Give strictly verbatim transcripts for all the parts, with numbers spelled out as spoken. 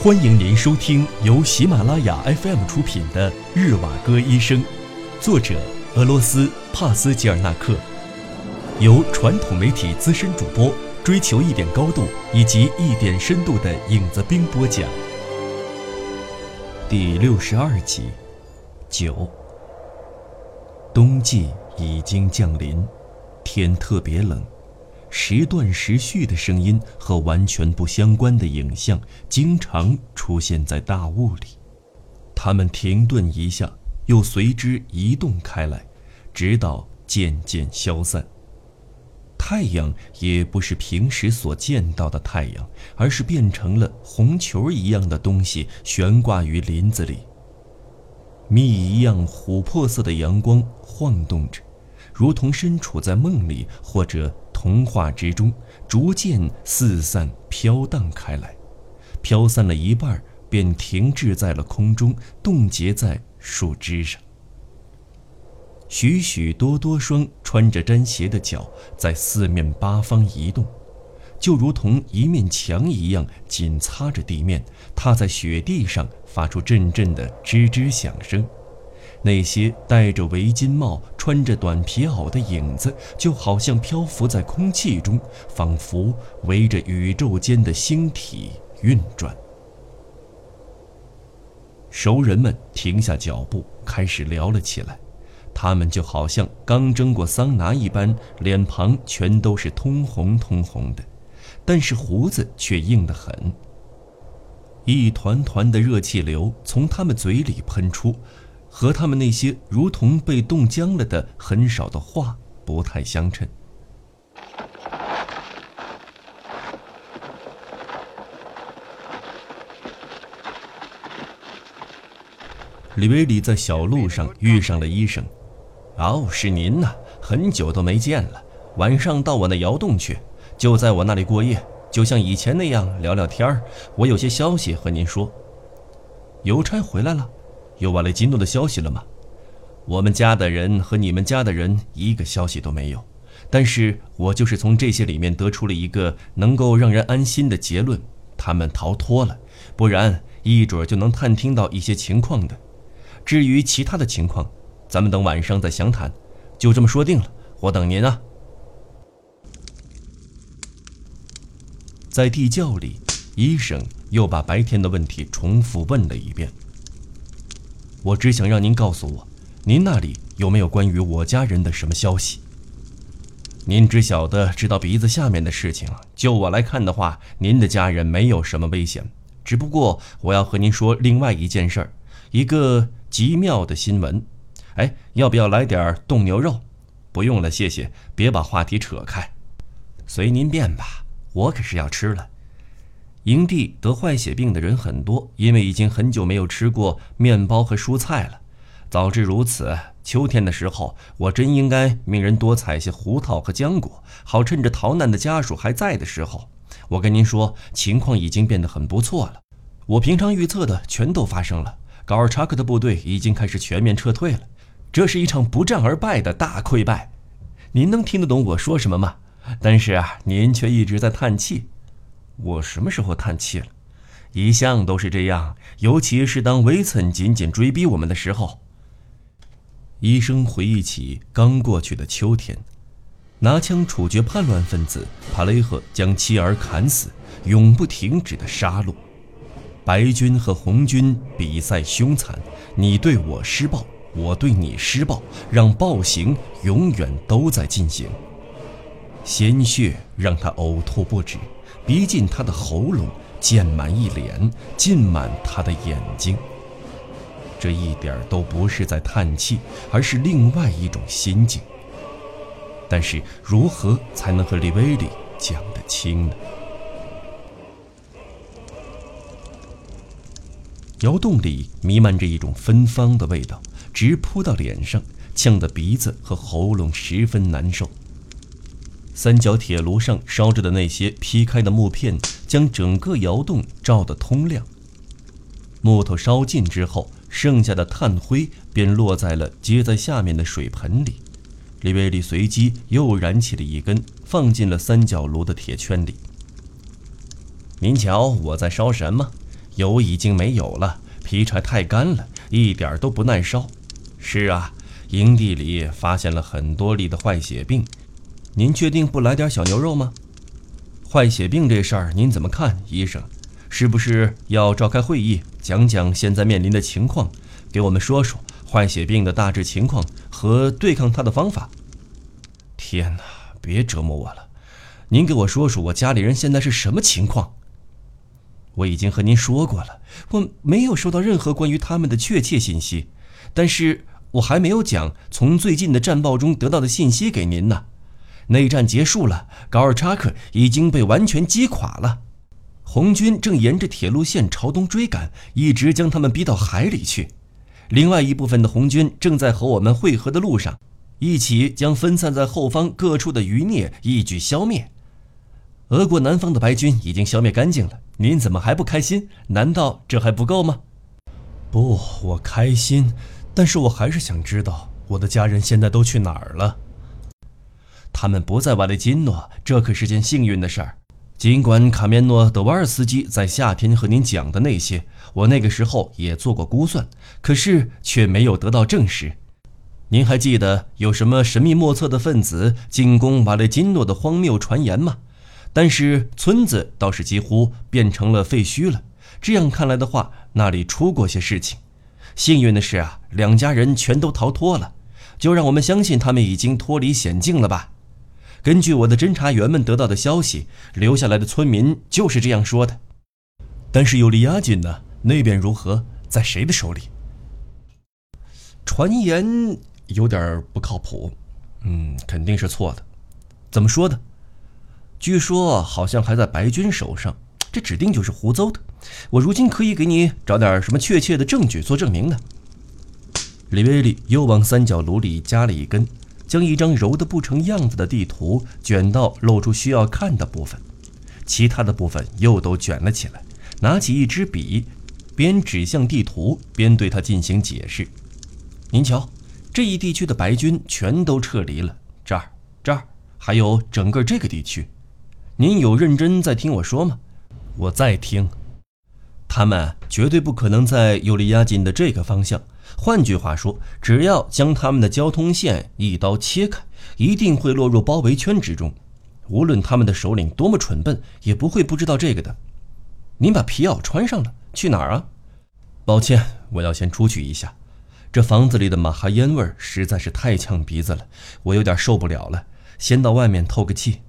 欢迎您收听由喜马拉雅 F M 出品的《日瓦戈医生》，作者俄罗斯帕斯吉尔纳克，由传统媒体资深主播追求一点高度以及一点深度的影子兵播讲。第六十二集，九。冬季已经降临，天特别冷。时断时续的声音和完全不相关的影像经常出现在大雾里，它们停顿一下，又随之移动开来，直到渐渐消散。太阳也不是平时所见到的太阳，而是变成了红球一样的东西，悬挂于林子里。蜜一样琥珀色的阳光晃动着，如同身处在梦里或者童话之中，逐渐四散飘荡开来，飘散了一半便停滞在了空中，冻结在树枝上。许许多多双穿着毡鞋的脚在四面八方移动，就如同一面墙一样紧擦着地面，踏在雪地上发出阵阵的吱吱响声。那些戴着围巾帽、穿着短皮袄的影子，就好像漂浮在空气中，仿佛围着宇宙间的星体运转。熟人们停下脚步，开始聊了起来。他们就好像刚蒸过桑拿一般，脸庞全都是通红通红的，但是胡子却硬得很。一团团的热气流从他们嘴里喷出，和他们那些如同被冻僵了的很少的话不太相称。李维里在小路上遇上了医生。哦，是您呐，很久都没见了，晚上到我那窑洞去，就在我那里过夜，就像以前那样聊聊天儿。我有些消息和您说。邮差回来了？有瓦雷基诺的消息了吗？我们家的人和你们家的人一个消息都没有，但是我就是从这些里面得出了一个能够让人安心的结论，他们逃脱了，不然一准就能探听到一些情况的。至于其他的情况，咱们等晚上再详谈，就这么说定了，我等您啊。在地窖里，医生又把白天的问题重复问了一遍。我只想让您告诉我，您那里有没有关于我家人的什么消息？您只晓得知道鼻子下面的事情，就我来看的话，您的家人没有什么危险。只不过我要和您说另外一件事儿，一个极妙的新闻。哎，要不要来点冻牛肉？不用了，谢谢，别把话题扯开。随您便吧，我可是要吃了。营地得坏血病的人很多，因为已经很久没有吃过面包和蔬菜了。早知如此，秋天的时候我真应该命人多采些胡桃和浆果，好趁着逃难的家属还在的时候。我跟您说，情况已经变得很不错了，我平常预测的全都发生了。高尔察克的部队已经开始全面撤退了，这是一场不战而败的大溃败。您能听得懂我说什么吗？但是啊，您却一直在叹气。我什么时候叹气了？一向都是这样，尤其是当维岑紧紧追逼我们的时候。医生回忆起刚过去的秋天，拿枪处决叛乱分子，帕雷赫将妻儿砍死，永不停止的杀戮。白军和红军比赛凶残，你对我施暴，我对你施暴，让暴行永远都在进行。鲜血让他呕吐不止，逼近他的喉咙，溅满一脸，浸满他的眼睛。这一点都不是在叹气，而是另外一种心境。但是如何才能和利维里讲得清呢？窑洞里弥漫着一种芬芳的味道，直扑到脸上，呛得鼻子和喉咙十分难受。三角铁炉上烧着的那些劈开的木片，将整个窑洞照得通亮。木头烧尽之后，剩下的炭灰便落在了接在下面的水盆里。利维利随即又燃起了一根，放进了三角炉的铁圈里。您瞧我在烧什么？ 油已经没有了，劈柴太干了，一点都不耐烧。是啊，营地里发现了很多例的坏血病，您确定不来点小牛肉吗？坏血病这事儿您怎么看，医生？是不是要召开会议，讲讲现在面临的情况，给我们说说坏血病的大致情况和对抗它的方法？天哪，别折磨我了，您给我说说我家里人现在是什么情况？我已经和您说过了，我没有收到任何关于他们的确切信息，但是我还没有讲从最近的战报中得到的信息给您呢。内战结束了，高尔察克已经被完全击垮了，红军正沿着铁路线朝东追赶，一直将他们逼到海里去。另外一部分的红军正在和我们会合的路上，一起将分散在后方各处的余孽一举消灭。俄国南方的白军已经消灭干净了，您怎么还不开心？难道这还不够吗？不，我开心，但是我还是想知道我的家人现在都去哪儿了。他们不在瓦列金诺，这可是件幸运的事儿。尽管卡面诺·德瓦尔斯基在夏天和您讲的那些，我那个时候也做过估算，可是却没有得到证实。您还记得有什么神秘莫测的分子进攻瓦列金诺的荒谬传言吗？但是村子倒是几乎变成了废墟了。这样看来的话，那里出过些事情。幸运的是啊，两家人全都逃脱了，就让我们相信他们已经脱离险境了吧。根据我的侦查员们得到的消息，留下来的村民就是这样说的。但是尤利亚金呢？那边如何？在谁的手里？传言有点不靠谱，嗯，肯定是错的。怎么说的？据说好像还在白军手上，这指定就是胡诌的。我如今可以给你找点什么确切的证据做证明的。里维里又往三角炉里加了一根，将一张揉得不成样子的地图卷到露出需要看的部分，其他的部分又都卷了起来，拿起一支笔，边指向地图边对他进行解释。您瞧，这一地区的白军全都撤离了，这儿、这儿，还有整个这个地区。您有认真在听我说吗？我在听。他们绝对不可能在尤利亚金的这个方向。换句话说，只要将他们的交通线一刀切开，一定会落入包围圈之中。无论他们的首领多么蠢笨，也不会不知道这个的。您把皮袄穿上了，去哪儿啊？抱歉，我要先出去一下。这房子里的马哈烟味实在是太呛鼻子了，我有点受不了了，先到外面透个气。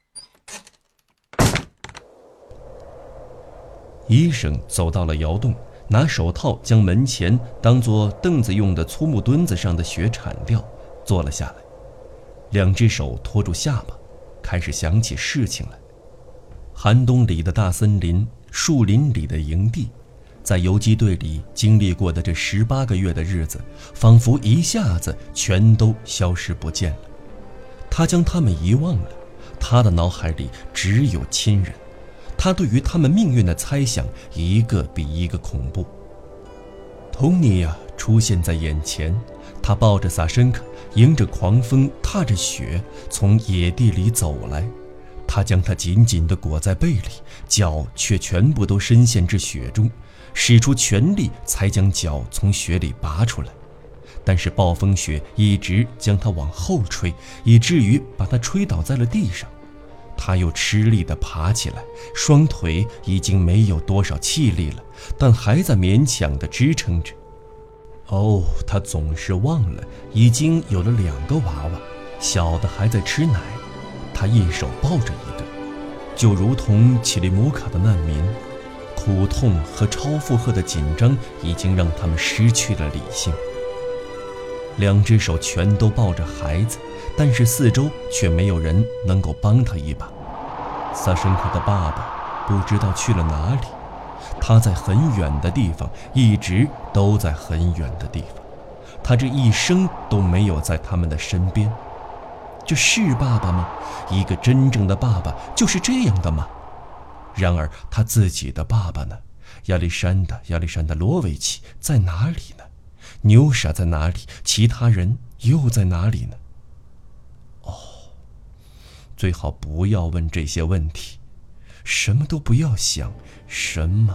医生走到了窑洞，拿手套将门前当作凳子用的粗木墩子上的雪铲掉，坐了下来，两只手托住下巴，开始想起事情来。寒冬里的大森林，树林里的营地，在游击队里经历过的这十八个月的日子，仿佛一下子全都消失不见了。他将他们遗忘了，他的脑海里只有亲人。他对于他们命运的猜想一个比一个恐怖。托尼亚出现在眼前，他抱着萨申卡，迎着狂风，踏着雪从野地里走来。他将他紧紧地裹在被里，脚却全部都深陷至雪中，使出全力才将脚从雪里拔出来。但是暴风雪一直将他往后吹，以至于把他吹倒在了地上。他又吃力地爬起来，双腿已经没有多少气力了，但还在勉强地支撑着。哦，他总是忘了已经有了两个娃娃，小的还在吃奶，他一手抱着一个，就如同乞力姆卡的难民。苦痛和超负荷的紧张已经让他们失去了理性。两只手全都抱着孩子，但是四周却没有人能够帮他一把。萨申卡的爸爸不知道去了哪里，他在很远的地方，一直都在很远的地方，他这一生都没有在他们的身边。这是爸爸吗？一个真正的爸爸就是这样的吗？然而他自己的爸爸呢？亚历山大亚历山大罗维奇在哪里呢？纽莎在哪里？其他人又在哪里呢？哦，最好不要问这些问题，什么都不要想，什么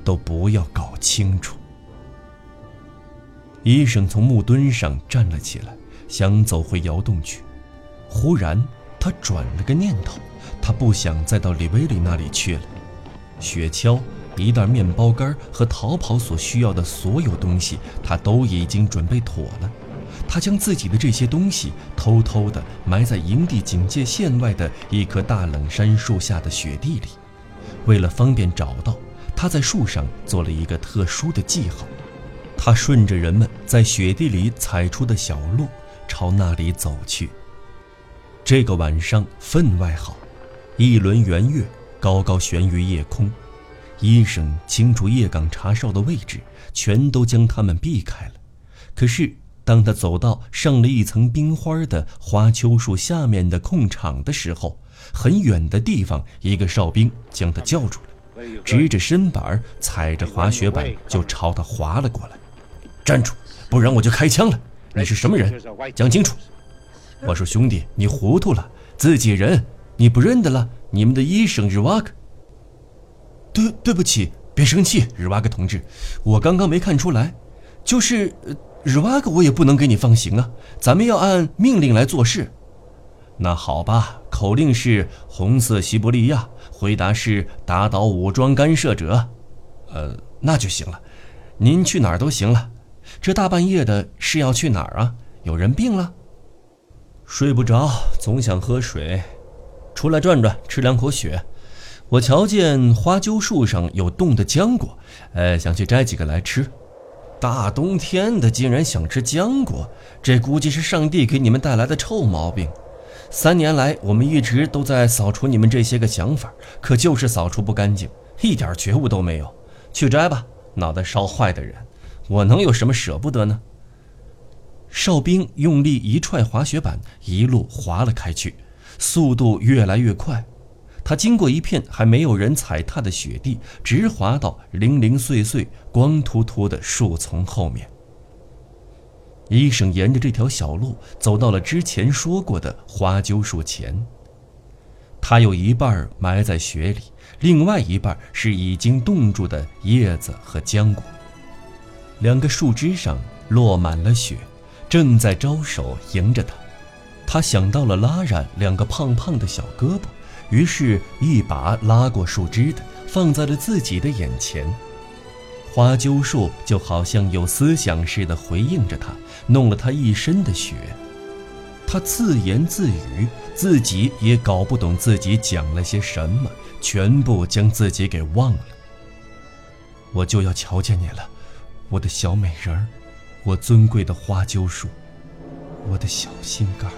都不要搞清楚。医生从木墩上站了起来，想走回窑洞去。忽然他转了个念头，他不想再到李威利那里去了。雪橇、一袋面包干和逃跑所需要的所有东西他都已经准备妥了。他将自己的这些东西偷偷地埋在营地警戒线外的一棵大冷杉树下的雪地里。为了方便找到，他在树上做了一个特殊的记号。他顺着人们在雪地里踩出的小路朝那里走去。这个晚上分外好，一轮圆月高高悬于夜空。医生清楚夜岗查哨的位置，全都将它们避开了。可是当他走到上了一层冰花的花秋树下面的空场的时候，很远的地方一个哨兵将他叫住了，直着身板踩着滑雪板就朝他滑了过来。站住，不然我就开枪了！你是什么人？讲清楚！我说兄弟，你糊涂了，自己人你不认得了？你们的医生日瓦克。对对不起，别生气，日瓦克同志，我刚刚没看出来，就是、呃、日瓦克我也不能给你放行啊，咱们要按命令来做事。那好吧，口令是红色西伯利亚，回答是打倒武装干涉者。呃，那就行了，您去哪儿都行了。这大半夜的是要去哪儿啊？有人病了？睡不着，总想喝水，出来转转，吃两口雪。我瞧见花楸树上有冻的浆果，呃，想去摘几个来吃。大冬天的竟然想吃浆果，这估计是上帝给你们带来的臭毛病。三年来我们一直都在扫除你们这些个想法，可就是扫除不干净，一点觉悟都没有。去摘吧，脑袋烧坏的人，我能有什么舍不得呢？哨兵用力一踹滑雪板，一路滑了开去，速度越来越快。他经过一片还没有人踩踏的雪地，直滑到零零碎碎光秃秃的树丛后面。医生沿着这条小路走到了之前说过的花楸树前，他有一半埋在雪里，另外一半是已经冻住的叶子和浆果。两个树枝上落满了雪，正在招手迎着他。他想到了拉染两个胖胖的小胳膊，于是一把拉过树枝的，放在了自己的眼前。花楸树就好像有思想似的回应着他，弄了他一身的雪。他自言自语，自己也搞不懂自己讲了些什么，全部将自己给忘了。我就要瞧见你了，我的小美人儿，我尊贵的花楸树，我的小心肝。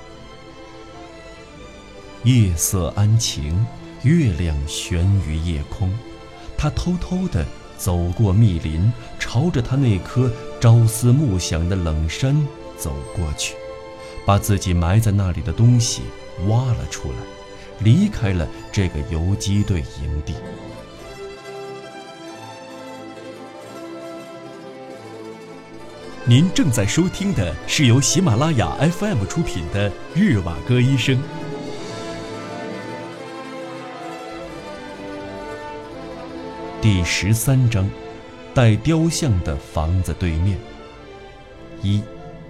夜色安晴，月亮悬于夜空。他偷偷地走过密林，朝着他那棵朝思暮想的冷杉走过去，把自己埋在那里的东西挖了出来，离开了这个游击队营地。您正在收听的是由喜马拉雅 F M 出品的《日瓦戈医生》。第十三章，带雕像的房子对面。一，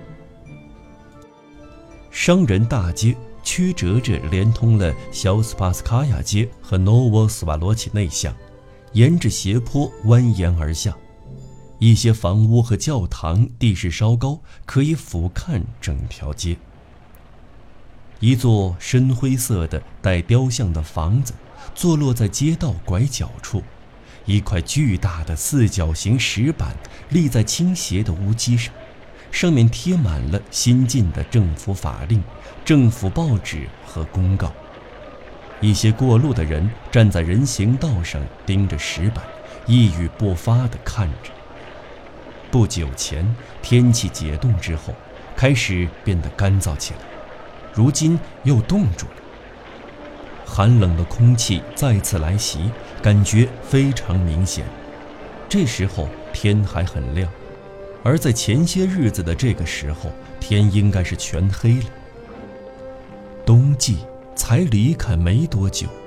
商人大街曲折着连通了小斯帕斯卡亚街和诺沃斯瓦罗奇内巷，沿着斜坡蜿蜒而下。一些房屋和教堂地势稍高，可以俯瞰整条街。一座深灰色的带雕像的房子坐落在街道拐角处，一块巨大的四角形石板立在倾斜的屋基上，上面贴满了新进的政府法令、政府报纸和公告。一些过路的人站在人行道上盯着石板，一语不发地看着。不久前天气解冻之后，开始变得干燥起来，如今又冻住了。寒冷的空气再次来袭，感觉非常明显。这时候天还很亮，而在前些日子的这个时候，天应该是全黑了。冬季才离开没多久，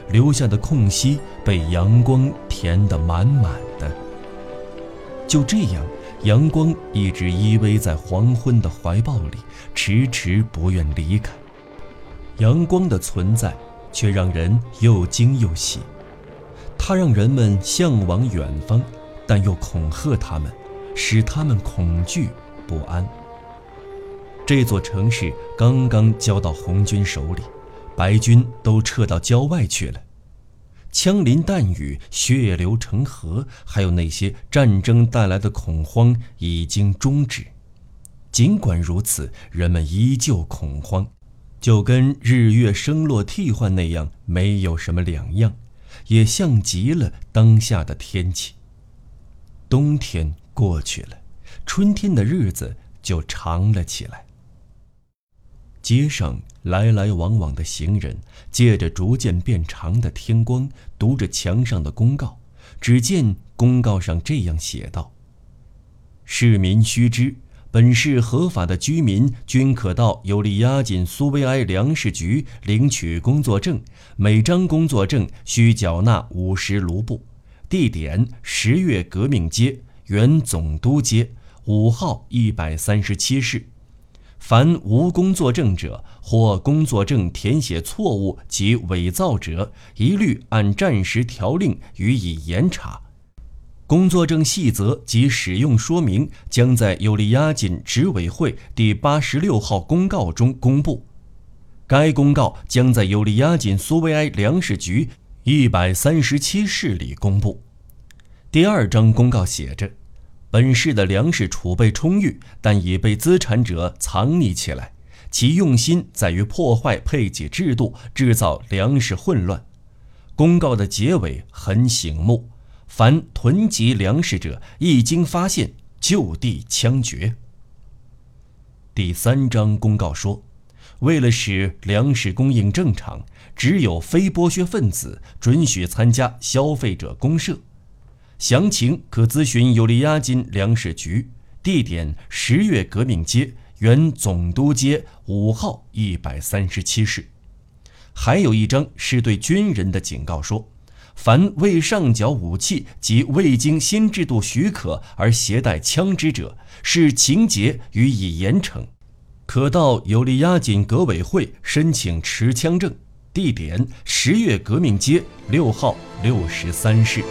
留下的空隙被阳光填得满满的。就这样，阳光一直依偎在黄昏的怀抱里，迟迟不愿离开。阳光的存在却让人又惊又喜，它让人们向往远方，但又恐吓他们，使他们恐惧不安。这座城市刚刚交到红军手里，白军都撤到郊外去了，枪林弹雨，血流成河，还有那些战争带来的恐慌已经终止。尽管如此，人们依旧恐慌，就跟日月升落替换那样，没有什么两样，也像极了当下的天气。冬天过去了，春天的日子就长了起来。街上来来往往的行人，借着逐渐变长的天光，读着墙上的公告。只见公告上这样写道：市民须知，本市合法的居民均可到尤利亚锦苏维埃粮食局领取工作证，每张工作证需缴纳五十卢布。地点：十月革命街原总督街五号一百三十七室。凡无工作证者或工作证填写错误及伪造者，一律按战时条令予以严查。工作证细则及使用说明将在尤利亚锦执委会第八十六号公告中公布。该公告将在尤利亚锦苏维埃粮食局一百三十七室里公布。第二张公告写着：本市的粮食储备充裕，但已被资产者藏匿起来，其用心在于破坏配给制度，制造粮食混乱。公告的结尾很醒目：凡囤积粮食者，一经发现，就地枪决。第三章公告说，为了使粮食供应正常，只有非剥削分子准许参加消费者公社。详情可咨询尤利亚锦粮食局，地点：十月革命街原总督街五号一百三十七室。还有一张是对军人的警告说，凡未上缴武器及未经新制度许可而携带枪支者，视情节予以严惩，可到尤利亚锦革委会申请持枪证，地点：十月革命街六号六十三室。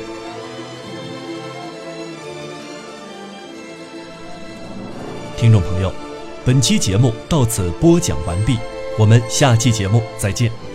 听众朋友，本期节目到此播讲完毕，我们下期节目再见。